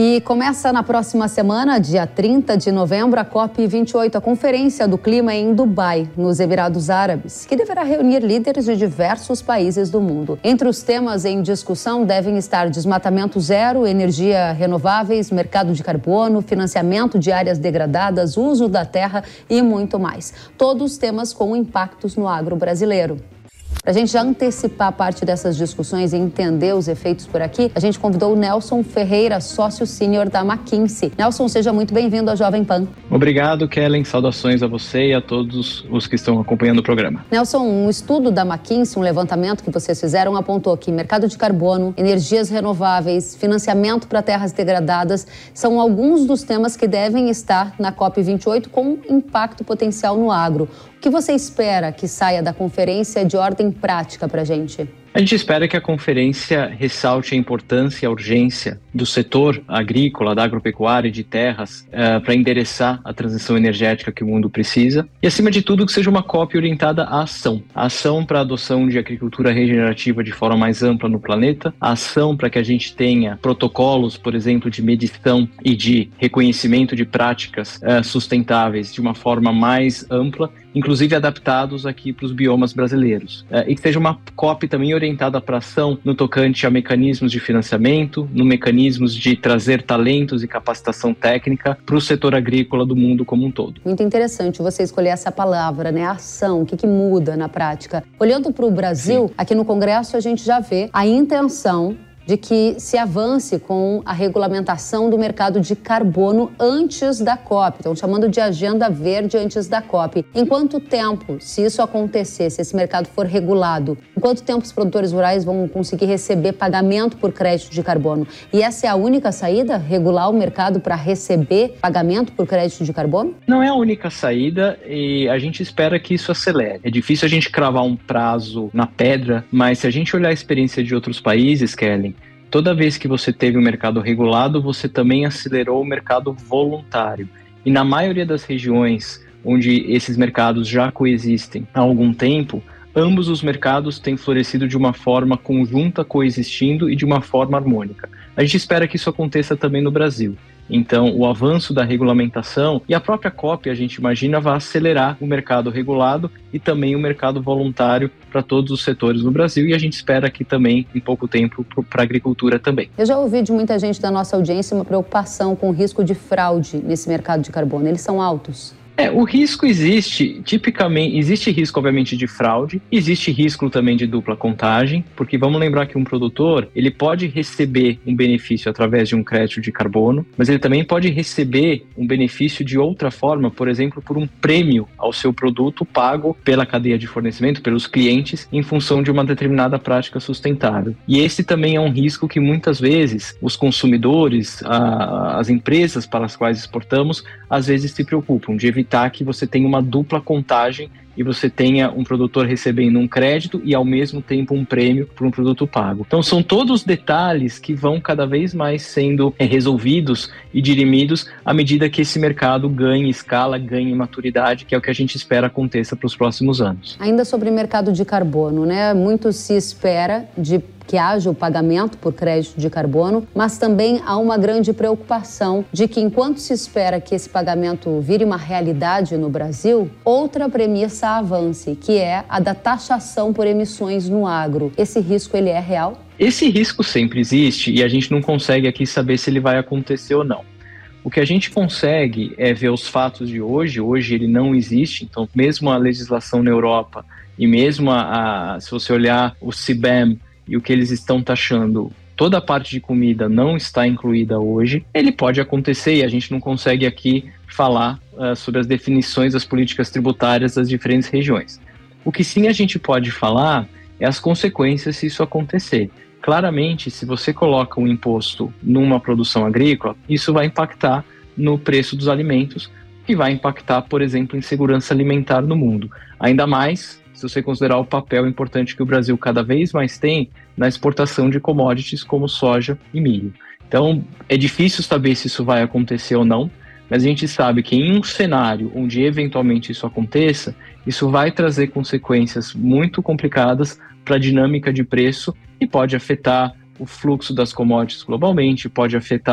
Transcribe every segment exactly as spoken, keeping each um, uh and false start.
E começa na próxima semana, dia trinta de novembro, a COP vinte e oito, a Conferência do Clima em Dubai, nos Emirados Árabes, que deverá reunir líderes de diversos países do mundo. Entre os temas em discussão devem estar desmatamento zero, energia renováveis, mercado de carbono, financiamento de áreas degradadas, uso da terra e muito mais. Todos temas com impactos no agro brasileiro. Para a gente já antecipar parte dessas discussões e entender os efeitos por aqui, a gente convidou o Nelson Ferreira, sócio sênior da McKinsey. Nelson, seja muito bem-vindo ao Jovem Pan. Obrigado, Kellen. Saudações a você e a todos os que estão acompanhando o programa. Nelson, um estudo da McKinsey, um levantamento que vocês fizeram, apontou que mercado de carbono, energias renováveis, financiamento para terras degradadas são alguns dos temas que devem estar na COP vinte e oito com impacto potencial no agro. O que você espera que saia da conferência de ordem prática para a gente? A gente espera que a conferência ressalte a importância e a urgência do setor agrícola, da agropecuária e de terras uh, para endereçar a transição energética que o mundo precisa e, acima de tudo, que seja uma COP orientada à ação. A ação para a adoção de agricultura regenerativa de forma mais ampla no planeta, a ação para que a gente tenha protocolos, por exemplo, de medição e de reconhecimento de práticas uh, sustentáveis de uma forma mais ampla, inclusive adaptados aqui para os biomas brasileiros. Uh, e que seja uma COP também orientada para ação no tocante a mecanismos de financiamento, no mecanismos de trazer talentos e capacitação técnica para o setor agrícola do mundo como um todo. Muito interessante você escolher essa palavra, né? Ação, o que, que muda na prática. Olhando para o Brasil, Sim. aqui no Congresso a gente já vê a intenção de que se avance com a regulamentação do mercado de carbono antes da COP. Estão chamando de agenda verde antes da COP. Em quanto tempo, se isso acontecer, se esse mercado for regulado, em quanto tempo os produtores rurais vão conseguir receber pagamento por crédito de carbono? E essa é a única saída? Regular o mercado para receber pagamento por crédito de carbono? Não é a única saída e a gente espera que isso acelere. É difícil a gente cravar um prazo na pedra, mas se a gente olhar a experiência de outros países, Kellen, toda vez que você teve um mercado regulado, você também acelerou o mercado voluntário. E na maioria das regiões onde esses mercados já coexistem há algum tempo, ambos os mercados têm florescido de uma forma conjunta, coexistindo e de uma forma harmônica. A gente espera que isso aconteça também no Brasil. Então, o avanço da regulamentação e a própria COP, a gente imagina, vai acelerar o mercado regulado e também o mercado voluntário para todos os setores no Brasil, e a gente espera aqui também, em pouco tempo, para a agricultura também. Eu já ouvi de muita gente da nossa audiência uma preocupação com o risco de fraude nesse mercado de carbono. Eles são altos? É, o risco existe, tipicamente, existe risco obviamente de fraude, existe risco também de dupla contagem, porque vamos lembrar que um produtor, ele pode receber um benefício através de um crédito de carbono, mas ele também pode receber um benefício de outra forma, por exemplo, por um prêmio ao seu produto pago pela cadeia de fornecimento, pelos clientes, em função de uma determinada prática sustentável. E esse também é um risco que muitas vezes os consumidores, a, as empresas para as quais exportamos, às vezes se preocupam de evitar evitar que você tenha uma dupla contagem e você tenha um produtor recebendo um crédito e, ao mesmo tempo, um prêmio por um produto pago. Então, são todos detalhes que vão cada vez mais sendo é, resolvidos e dirimidos à medida que esse mercado ganhe escala, ganhe maturidade, que é o que a gente espera aconteça para os próximos anos. Ainda sobre o mercado de carbono, né? Muito se espera de que haja o pagamento por crédito de carbono, mas também há uma grande preocupação de que, enquanto se espera que esse pagamento vire uma realidade no Brasil, outra premissa avance, que é a da taxação por emissões no agro. Esse risco, ele é real? Esse risco sempre existe e a gente não consegue aqui saber se ele vai acontecer ou não. O que a gente consegue é ver os fatos de hoje. Hoje ele não existe, então mesmo a legislação na Europa e mesmo a, a se você olhar o C B A M e o que eles estão taxando, toda a parte de comida não está incluída hoje. Ele pode acontecer e a gente não consegue aqui falar uh, sobre as definições das políticas tributárias das diferentes regiões. O que sim a gente pode falar é as consequências se isso acontecer. Claramente, se você coloca um imposto numa produção agrícola, isso vai impactar no preço dos alimentos, que vai impactar, por exemplo, em segurança alimentar no mundo. Ainda mais se você considerar o papel importante que o Brasil cada vez mais tem na exportação de commodities como soja e milho. Então, é difícil saber se isso vai acontecer ou não, mas a gente sabe que em um cenário onde eventualmente isso aconteça, isso vai trazer consequências muito complicadas para a dinâmica de preço e pode afetar o fluxo das commodities globalmente, pode afetar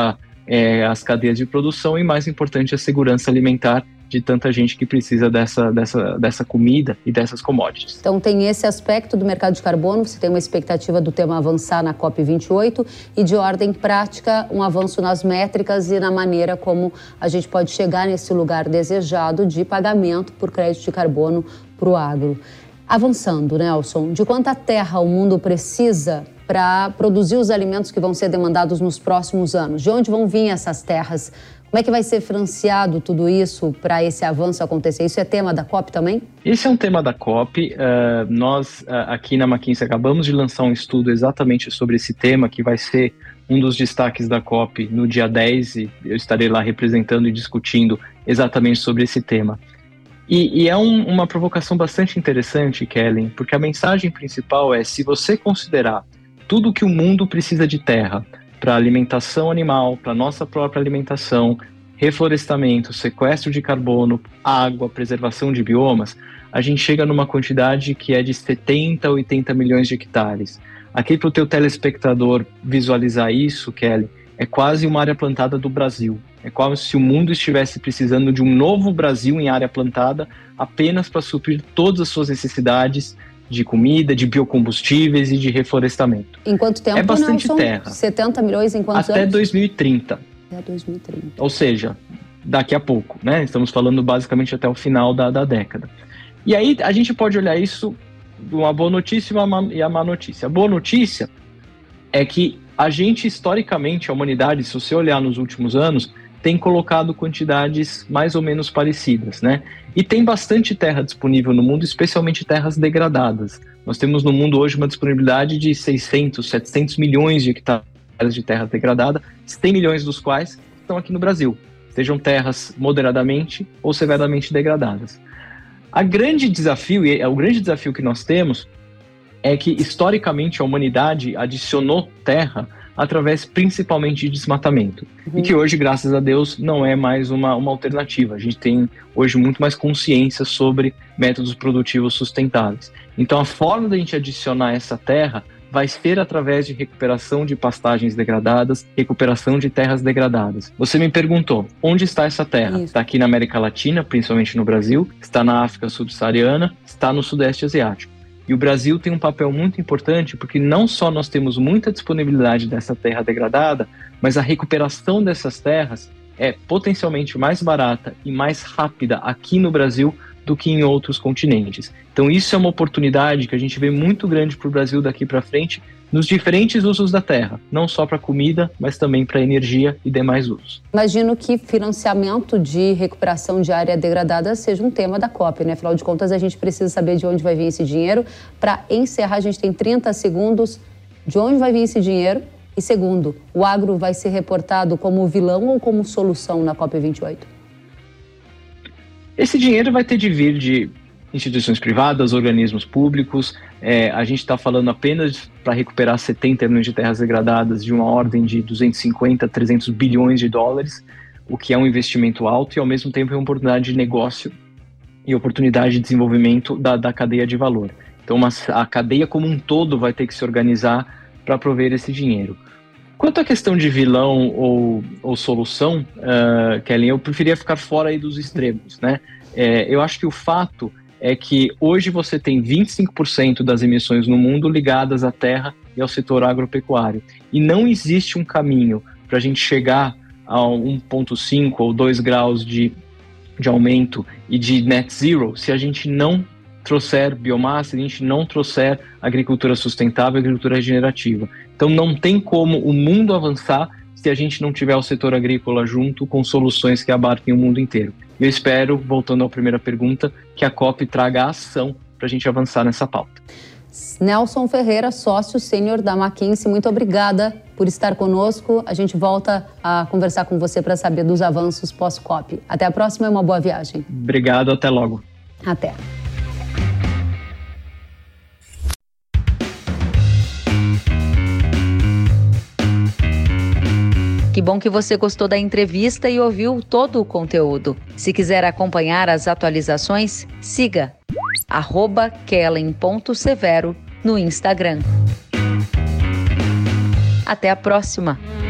é, as cadeias de produção e, mais importante, a segurança alimentar de tanta gente que precisa dessa, dessa, dessa comida e dessas commodities. Então tem esse aspecto do mercado de carbono, você tem uma expectativa do tema avançar na COP vinte e oito e de ordem prática, um avanço nas métricas e na maneira como a gente pode chegar nesse lugar desejado de pagamento por crédito de carbono para o agro. Avançando, Nelson, de quanta terra o mundo precisa para produzir os alimentos que vão ser demandados nos próximos anos? De onde vão vir essas terras? Como é que vai ser financiado tudo isso para esse avanço acontecer? Isso é tema da COP também? Esse é um tema da COP. Uh, nós, uh, aqui na McKinsey, acabamos de lançar um estudo exatamente sobre esse tema, que vai ser um dos destaques da COP no dia dez, e eu estarei lá representando e discutindo exatamente sobre esse tema. E, e é um, uma provocação bastante interessante, Kellen, porque a mensagem principal é: se você considerar tudo que o mundo precisa de terra para alimentação animal, para nossa própria alimentação, reflorestamento, sequestro de carbono, água, preservação de biomas, a gente chega numa quantidade que é de setenta, oitenta milhões de hectares. Aqui para o teu telespectador visualizar isso, Kelly, é quase uma área plantada do Brasil. É como se o mundo estivesse precisando de um novo Brasil em área plantada apenas para suprir todas as suas necessidades de comida, de biocombustíveis e de reflorestamento. Em quanto tempo, é bastante Nelson? terra. setenta milhões em quantos Até anos? dois mil e trinta. Até dois mil e trinta. Ou seja, daqui a pouco, né? Estamos falando basicamente até o final da, da década. E aí a gente pode olhar isso de uma boa notícia e uma má, e a má notícia. A boa notícia é que a gente, historicamente, a humanidade, se você olhar nos últimos anos, tem colocado quantidades mais ou menos parecidas, né? E tem bastante terra disponível no mundo, especialmente terras degradadas. Nós temos no mundo hoje uma disponibilidade de seiscentos, setecentos milhões de hectares de terra degradada, cem milhões dos quais estão aqui no Brasil, sejam terras moderadamente ou severamente degradadas. A grande desafio, e é o grande desafio que nós temos, é que historicamente a humanidade adicionou terra através principalmente de desmatamento. Uhum. E que hoje, graças a Deus, não é mais uma, uma alternativa. A gente tem hoje muito mais consciência sobre métodos produtivos sustentáveis. Então a forma da gente adicionar essa terra vai ser através de recuperação de pastagens degradadas, recuperação de terras degradadas. Você me perguntou, onde está essa terra? Isso. Está aqui na América Latina, principalmente no Brasil, está na África subsaariana, está no Sudeste Asiático. E o Brasil tem um papel muito importante porque não só nós temos muita disponibilidade dessa terra degradada, mas a recuperação dessas terras é potencialmente mais barata e mais rápida aqui no Brasil do que em outros continentes. Então isso é uma oportunidade que a gente vê muito grande para o Brasil daqui para frente, nos diferentes usos da terra, não só para comida, mas também para energia e demais usos. Imagino que financiamento de recuperação de área degradada seja um tema da COP, né? Afinal de contas, a gente precisa saber de onde vai vir esse dinheiro. Para encerrar, a gente tem trinta segundos. De onde vai vir esse dinheiro? E segundo, o agro vai ser reportado como vilão ou como solução na COP vinte e oito? Esse dinheiro vai ter de vir de instituições privadas, organismos públicos. É, a gente está falando apenas para recuperar setenta milhões de terras degradadas de uma ordem de duzentos e cinquenta, trezentos bilhões de dólares, o que é um investimento alto e ao mesmo tempo é uma oportunidade de negócio e oportunidade de desenvolvimento da, da cadeia de valor. Então uma, a cadeia como um todo vai ter que se organizar para prover esse dinheiro. Quanto à questão de vilão ou, ou solução, uh, Kellen, eu preferia ficar fora aí dos extremos, né? É, eu acho que o fato é que hoje você tem vinte e cinco por cento das emissões no mundo ligadas à terra e ao setor agropecuário. E não existe um caminho para a gente chegar a um vírgula cinco ou dois graus de, de aumento e de net zero se a gente não trouxer biomassa, se a gente não trouxer agricultura sustentável, agricultura regenerativa. Então não tem como o mundo avançar se a gente não tiver o setor agrícola junto com soluções que abarquem o mundo inteiro. Eu espero, voltando à primeira pergunta, que a COP traga ação para a gente avançar nessa pauta. Nelson Ferreira, sócio sênior da McKinsey, muito obrigada por estar conosco. A gente volta a conversar com você para saber dos avanços pós-COP. Até a próxima e uma boa viagem. Obrigado, até logo. Até. Que bom que você gostou da entrevista e ouviu todo o conteúdo. Se quiser acompanhar as atualizações, siga arroba kellen ponto severo no Instagram. Até a próxima!